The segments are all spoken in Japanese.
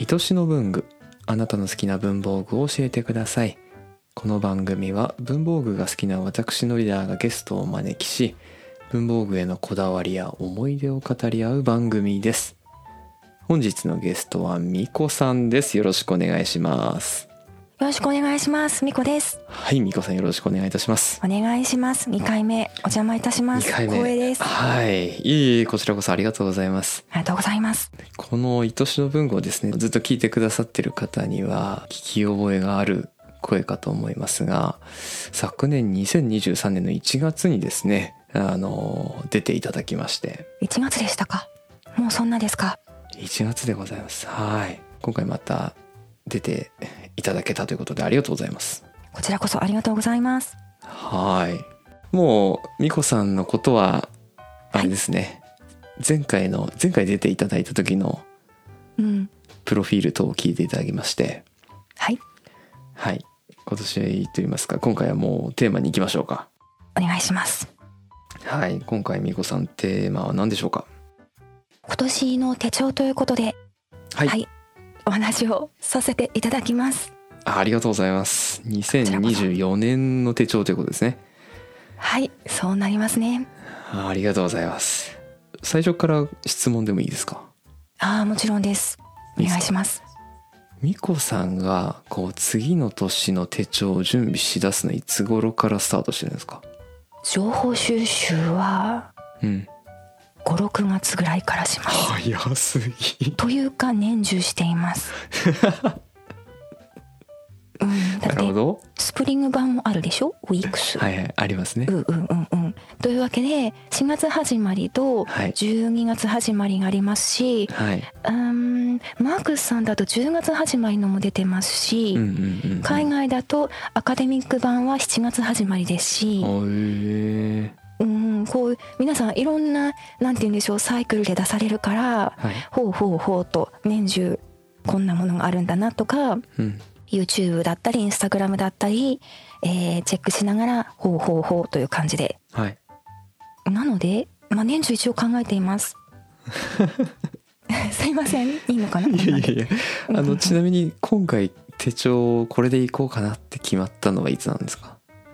愛しの文具、あなたの好きな文房具を教えてください。この番組は文房具が好きな私のリーダーがゲストをお招きし、文房具へのこだわりや思い出を語り合う番組です。本日のゲストはみこさんです。よろしくお願いします。 よろしくお願いします。みこです。 はい、みこさんよろしくお願いいたします。 お願いします。2回目お邪魔いたします。 2回目。 光栄です。 はい、いえこちらこそありがとうございます。 ありがとうございます。 この愛しの文具をですね、ずっと聞いてくださってる方には聞き覚えがある声かと思いますが、昨年2023年の1月にですね、出ていただきまして。 1月でしたか。もうそんなですか。 1月でございます。はい、今回また出ていただけたということでありがとうございます。 こちらこそありがとうございます。 はい、もうみこさんのことはあれですね、前回出ていただいた時のプロフィール等を聞いていただきまして、 はいはい、今年といいますか、今回はもうテーマに行きましょうか。 お願いします。 はい、今回みこさんテーマは何でしょうか。 今年の手帳ということで、 はい、 はい、お話をさせていただきます。 ありがとうございます。2024年の手帳ということですね。 はい、そうなりますね。 ありがとうございます。最初から質問でもいいですか。 もちろんです。お願いします。 みこさんがこう次の年の手帳を準備しだすのいつ頃からスタートしてるんですか。 情報収集は5、6月ぐらいからします。 早すぎというか年中しています。だってスプリング版もあるでしょ、ウィークス。 はいはい、ありますね。 というわけで4月始まりと12月始まりがありますし、 はい、 マークスさんだと10月始まりのも出てますし、海外だとアカデミック版は7月始まりですし、こう皆さんいろんななんて言うんでしょう、サイクルで出されるから、ほうと年中こんなものがあるんだなとか、YouTube だったり Instagram だったり、チェックしながらほうという感じで、なので、年中一応考えています。すいません、いいのかな。 いやちなみに今回手帳これでいこうかなって決まったのはいつなんですか。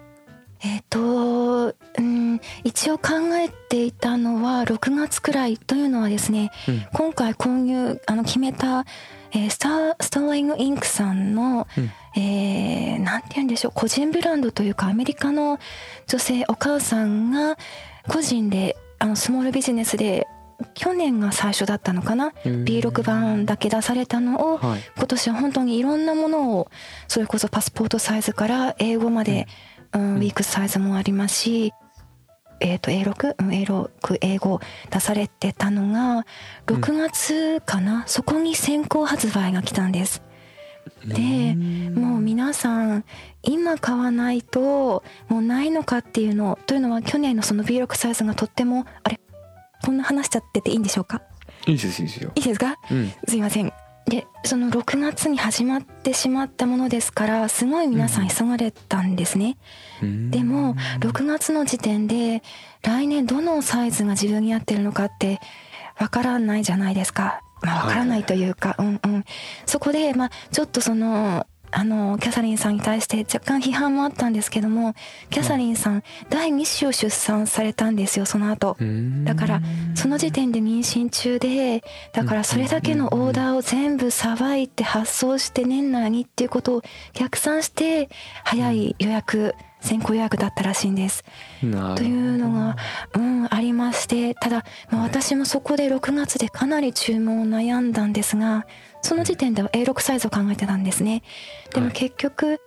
一応考えていたのは6月くらいというのはですね、今回購入決めた、スターリングインクさんの、なんて言うんでしょう、個人ブランドというか、アメリカの女性お母さんが個人でスモールビジネスで去年が最初だったのかな、B6 版だけ出されたのを、今年は本当にいろんなものを、それこそパスポートサイズから英語まで、ウィークサイズもありますし、A6 英語出されてたのが6月かな、そこに先行発売が来たんです。でもう皆さん今買わないともうないのかっていうのというのは、去年のその B6 サイズがとっても、あれこんな話しちゃってていいんでしょうか。 いいですよ。 いいですか、すいません。でその6月に始まってしまったものですから、すごい皆さん急がれたんですね。でも6月の時点で来年どのサイズが自分に合ってるのかってわからないじゃないですか。わからないというか、そこでちょっとそのキャサリンさんに対して若干批判もあったんですけども、キャサリンさん第2子を出産されたんですよ、その後。だからその時点で妊娠中で、だからそれだけのオーダーを全部さばいて発送して年内にっていうことを逆算して早い予約、先行予約だったらしいんです。というのが、ありまして、ただ、私もそこで6月でかなり注文を悩んだんですが、その時点では A6 サイズを考えてたんですね。でも結局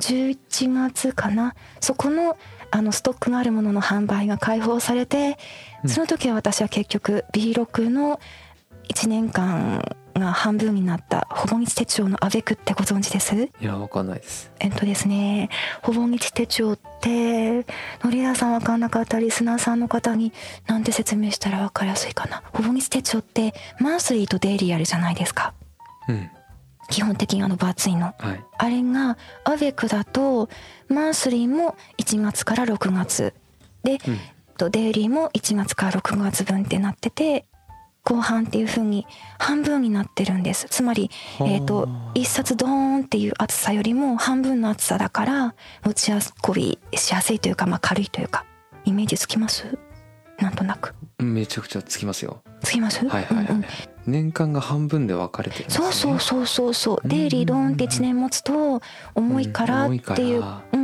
11月かな、そこのストックがあるものの販売が開放されて、その時は私は結局 B6 の1年間が半分になったほぼ日手帳のアベクってご存知です？ いや、わかんないです。 ですね、ほぼ日手帳ってノリダーさんわかんなかったリスナーさんの方になんて説明したらわかりやすいかな。ほぼ日手帳ってマンスリーとデイリーあるじゃないですか。基本的に分厚いの、あれがアベクだとマンスリーも1月から6月で、デイリーも1月から6月分ってなってて、 後半っていう風に半分になってるんです。つまり、一冊ドーンっていう厚さよりも半分の厚さだから持ち運びしやすいというか、軽いというか、イメージつきます？なんとなく。 めちゃくちゃつきますよ。 つきます？ はいはいはい。年間が半分で分かれてるんですね。 そうデイリードーンって1年持つと重いからっていう、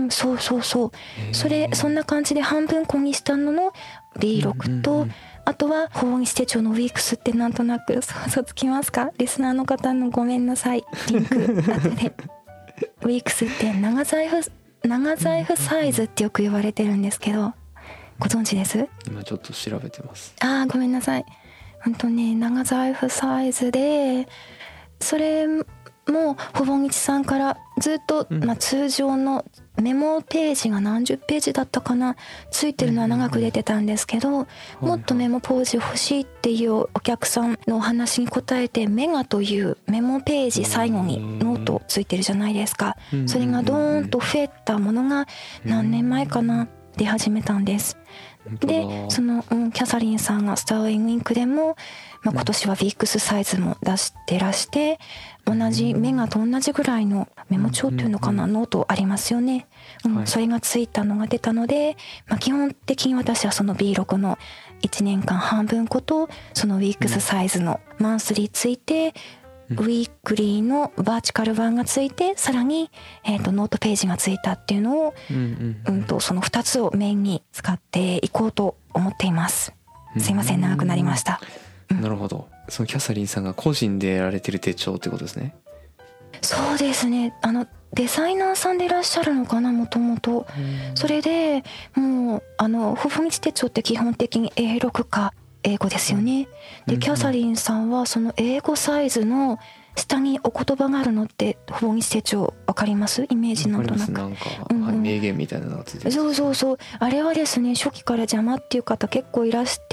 そんな感じで半分小にしたのの B6 と、あとは保温手帳のウィークスってなんとなく想像つきますか？リスナーの方のごめんなさい、リンク後でウィークスって長財布サイズってよく言われてるんですけど、ご存知です？ 今ちょっと調べてます。 ごめんなさい。長財布サイズで、それもほぼ日さんからずっと、通常のメモページが何十ページだったかな、ついてるのは長く出てたんですけど、もっとメモポージ欲しいっていうお客さんのお話に答えて、メガというメモページ最後にノートついてるじゃないですか。それがドーンと増えたものが何年前かな、出始めたんです。でその、キャサリンさんがスターリングインクでも、今年はビックスサイズも出してらして、メガと同じぐらいのメモ帳っていうのかな、ノートありますよね。それがついたのが出たので、基本的に私はその B6 の1年間半分こと、そのウィークスサイズのマンスリーついて、ウィークリーのバーチカル版がついて、さらに、ノートページがついたっていうのを、その2つをメインに使っていこうと思っています。すいません、長くなりました。 なるほど。そのキャサリンさんが個人でやられてる手帳ってことですね。 そうですね。デザイナーさんでいらっしゃるのかな、もともと。それでもうほぼ日手帳って基本的に A6 か英語ですよね。でキャサリンさんはその英語サイズの下にお言葉があるのってほぼ日手帳わかります？イメージなんとなく。 なんか、名言みたいなのがついてる。 そうあれはですね、初期から邪魔っていう方結構いらして、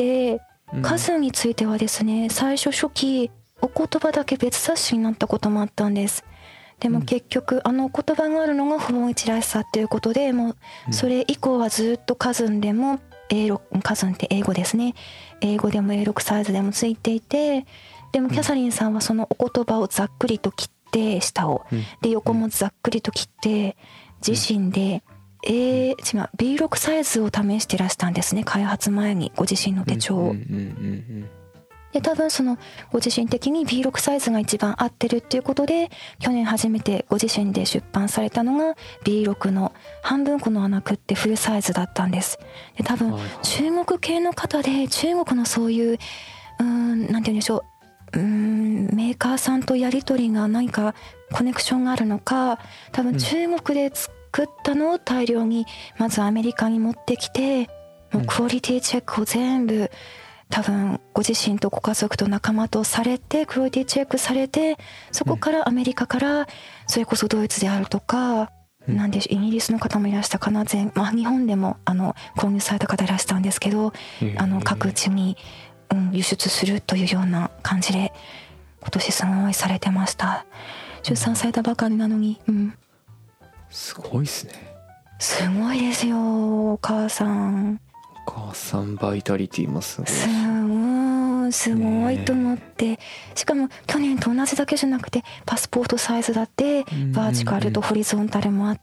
数についてはですね、最初初期お言葉だけ別冊子になったこともあったんです。でも結局お言葉があるのがほぼ日らしさっていうことで、もうそれ以降はずっと数んでも数んって英語ですね、英語でも A6 サイズでもついていて、でもキャサリンさんはそのお言葉をざっくりと切って下を、で横もざっくりと切って自身で、B6 サイズを試してらしたんですね、開発前にご自身の手帳を。で多分そのご自身的に B6 サイズが一番合ってるっていうことで、去年初めてご自身で出版されたのが B6 の半分この穴くってフルサイズだったんです。で多分中国系の方で、中国のそういうなんて言うんでしょう、メーカーさんとやり取りが何かコネクションがあるのか、多分中国で作ったのを大量にまずアメリカに持ってきて、もうクオリティチェックを全部多分ご自身とご家族と仲間とされて、クオリティチェックされて、そこからアメリカからそれこそドイツであるとか、なんでイギリスの方もいらしたかな、日本でも購入された方いらしたんですけど、各地に、輸出するというような感じで今年すごいされてました。出産されたばかりなのに、 すごいですね。 すごいですよ、お母さんバイタリティもすごい。 すごいと思って、しかも去年と同じだけじゃなくてパスポートサイズだって、バーチカルとホリゾンタルもあって、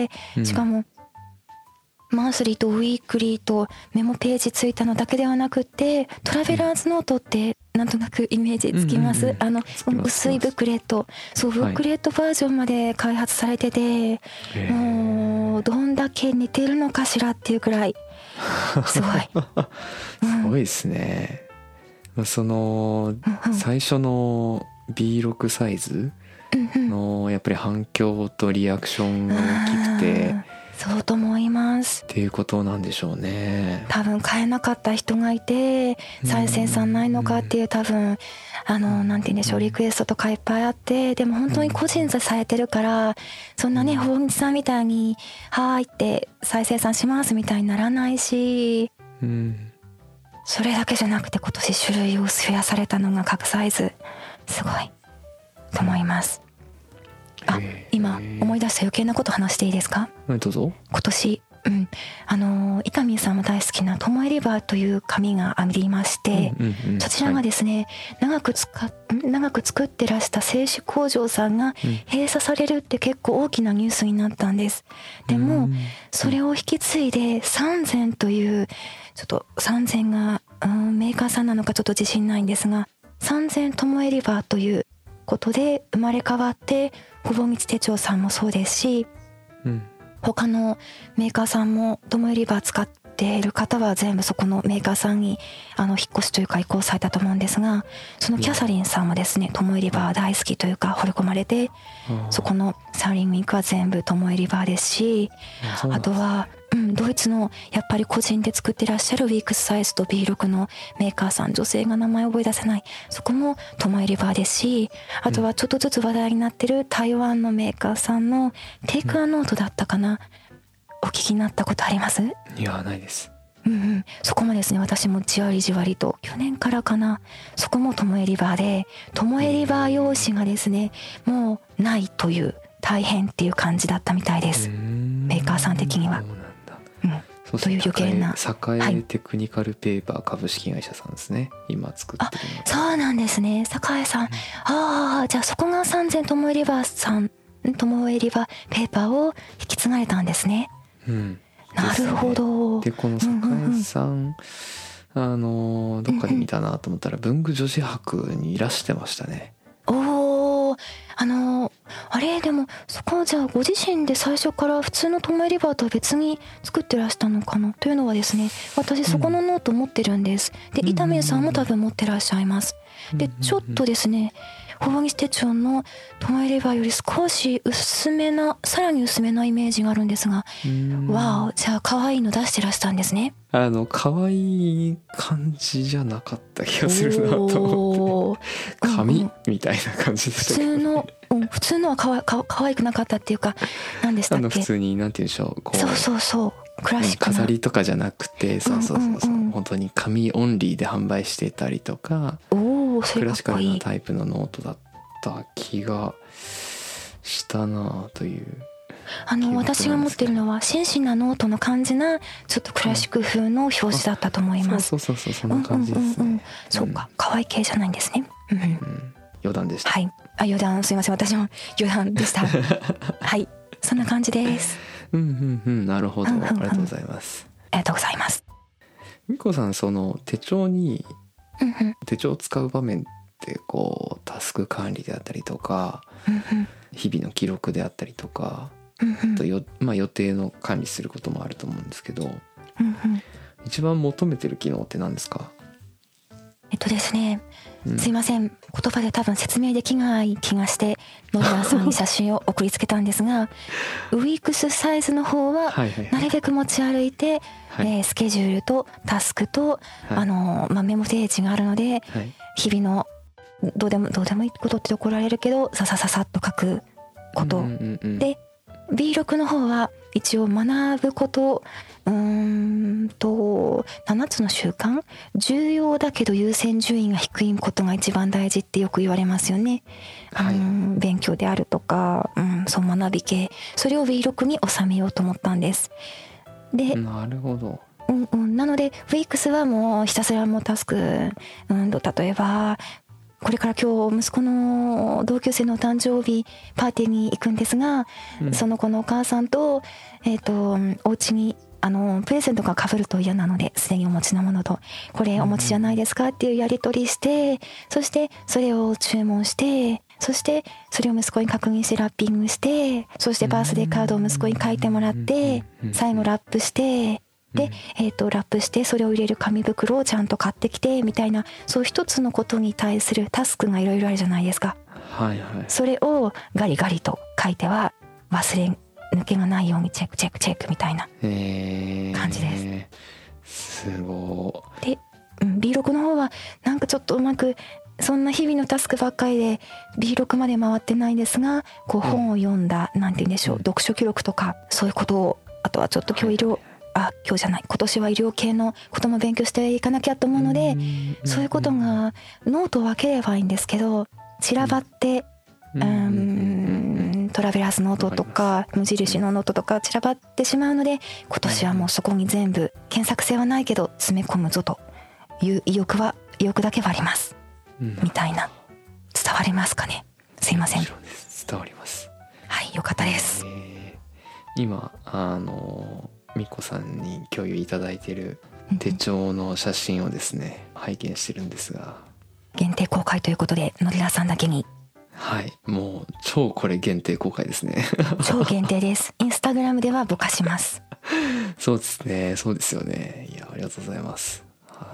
しかもマンスリーとウィークリーとメモページついたのだけではなくて、トラベラーズノートってなんとなくイメージつきます？薄いブックレット、そうブックレットバージョンまで開発されてて、もうどんだけ似てるのかしらっていうくらいすごいすごいですね。その最初の B6 サイズのやっぱり反響とリアクションが大きくて、 そうと思いますっていうことなんでしょうね。 多分買えなかった人がいて、再生産ないのかっていう、多分なんて言うんでしょう、リクエストとかいっぱいあって、でも本当に個人でされてるから、そんなね大西さんみたいにはーいって再生産しますみたいにならないし、それだけじゃなくて今年種類を増やされたのが各サイズ、すごいと思います。今思い出した余計なこと話していいですか？ どうぞ。 今年伊丹さんも大好きなトモエリバーという紙がありまして、そちらがですね、長く作ってらした製紙工場さんが閉鎖されるって結構大きなニュースになったんです。でもそれを引き継いで三千という、ちょっと三千が、メーカーさんなのかちょっと自信ないんですが、三千トモエリバーということで生まれ変わって、ほぼみち手帳さんもそうですし、他のメーカーさんもトモエリバー使っている方は全部そこのメーカーさんに引っ越しというか移行されたと思うんですが、そのキャサリンさんもですね、トモエリバー大好きというか惚れ込まれて、そこのサーリングインクは全部トモエリバーですし、あとはドイツのやっぱり個人で作ってらっしゃるウィークスサイズと B6 のメーカーさん、女性が名前覚え出せない、そこもトモエリバーですし、あとはちょっとずつ話題になってる台湾のメーカーさんのテイクアノートだったかな、お聞きになったことあります？ いや、ないです。 そこもですね、私もじわりじわりと去年からかな、そこもトモエリバーで、トモエリバー用紙がですねもうないという、大変っていう感じだったみたいです、メーカーさん的には。という余計な栄テクニカルペーパー株式会社さんですね、今作ってるの。 そうなんですね、栄さん。じゃあそこが三千トモエリバーさん、トモエリバーペーパーを引き継がれたんですね。なるほど。 でこの栄さん、どっかで見たなと思ったら文具女子博にいらしてましたね。 あれ、でもそこはじゃあご自身で最初から普通のトモエリバーとは別に作ってらしたのかなというのはですね、私そこのノート持ってるんです。で伊丹さんも多分持ってらっしゃいます。でちょっとですね、ほぼみち手帳のトモエリバーより少し薄めな、さらに薄めなイメージがあるんですが、わお、じゃあ可愛いの出してらしたんですね。 可愛い感じじゃなかった気がするなと思って、紙みたいな感じでしたけど、 普通のは可愛くなかったっていうか、何でしたっけ、 普通になんて言うんでしょう、こうそうクラシックな飾りとかじゃなくて、本当に紙オンリーで販売してたりとか、クラシカルなタイプのノートだった気がしたなという。 私が持ってるのは紳士なノートの感じな、ちょっとクラシック風の表紙だったと思います。 そうそんな感じですね。 そうか、可愛い系じゃないんですね。 余談でした。 はい、余談、すいません、私も余談でした。はい、そんな感じです。 なるほど、ありがとうございます。 ありがとうございます。 みこさん、その手帳を使う場面ってこうタスク管理であったりとか、日々の記録であったりとか、あと予定の管理することもあると思うんですけど、一番求めてる機能って何ですか？ ですね、すいません、言葉で多分説明できない気がして野村さんに写真を送りつけたんですがウィークスサイズの方はなるべく持ち歩いて、スケジュールとタスクと、メモページがあるので、日々のどうでもいいことって怒られるけどさっと書くこと、で B6 の方は一応学ぶこと7つの習慣、重要だけど優先順位が低いことが一番大事ってよく言われますよね。勉強であるとか、そう学び系、それを B6 に収めようと思ったんです。で、 なるほど。 なのでウィークスはもうひたすらもうタスク、例えばこれから今日息子の同級生のお誕生日パーティーに行くんですが、その子のお母さんとお家にプレゼントが被ると嫌なので、すでにお持ちのものとこれお持ちじゃないですかっていうやり取りして、そしてそれを注文して、そしてそれを息子に確認してラッピングして、そしてバースデーカードを息子に書いてもらって、最後ラップして、で、ラップしてそれを入れる紙袋をちゃんと買ってきてみたいな、そう一つのことに対するタスクがいろいろあるじゃないですか。それをガリガリと書いては忘れ抜けがないようにチェックみたいな感じです。 すごい。で、B6 の方はなんかちょっとうまくそんな日々のタスクばっかりで B6 まで回ってないんですが、こう本を読んだ、なんて言うんでしょう、読書記録とかそういうことを、あとはちょっと今年は医療系のことも勉強していかなきゃと思うので、そういうことがノートを分ければいいんですけど、散らばってトラベラーズノートとか無印のノートとか散らばってしまうので、今年はもうそこに全部検索性はないけど詰め込むぞという意欲だけはあります、みたいな。伝わりますかね。すいません。 もちろんです。伝わります。 はい、よかったです。 今みこさんに共有いただいている手帳の写真をですね、拝見してるんですが、 限定公開ということでノリラさんだけに。 はい、もう超これ限定公開ですね。 超限定です。インスタグラムではぼかします。 そうですね、そうですよね。いや、ありがとうございます。はい。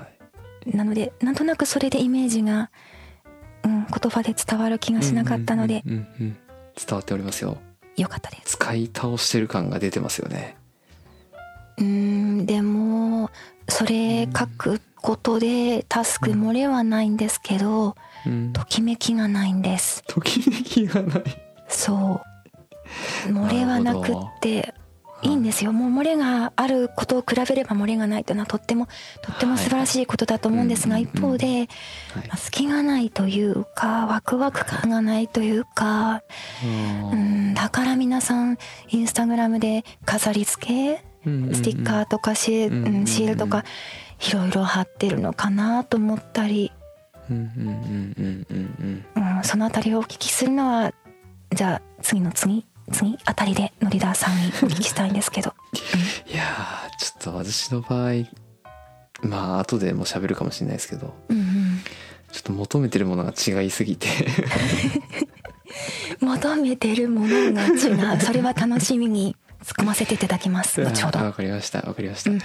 なのでなんとなくそれでイメージが、言葉で伝わる気がしなかったので、 伝わっておりますよ。 よかったです。 使い倒してる感が出てますよね。 でもそれ書くことでタスク漏れはないんですけど、ときめきがないんです。 ときめきがない。 そう漏れはなくっていいんですよ。もう漏れがあることを比べれば漏れがないというのはとっても素晴らしいことだと思うんですが、一方で隙がないというかワクワク感がないというか、だから皆さんインスタグラムで飾り付けスティッカーとかシールとかいろいろ貼ってるのかなと思ったり、そのあたりをお聞きするのはじゃあ次あたりでノリダーさんにお聞きしたいんですけど。 いやー、ちょっと私の場合、まあ後でも喋るかもしれないですけど、ちょっと求めてるものが違いすぎて求めてるものが違う。それは楽しみに突っ込ませていただきます。後ほど。 わかりました。ありがとうご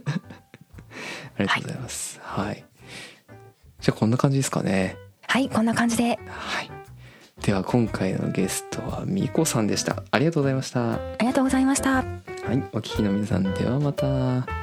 ざいます。はい。じゃあこんな感じですかね。 はい、こんな感じで。 はい。では今回のゲストはみこさんでした。ありがとうございました。 ありがとうございました。はい、お聞きの皆さんではまた。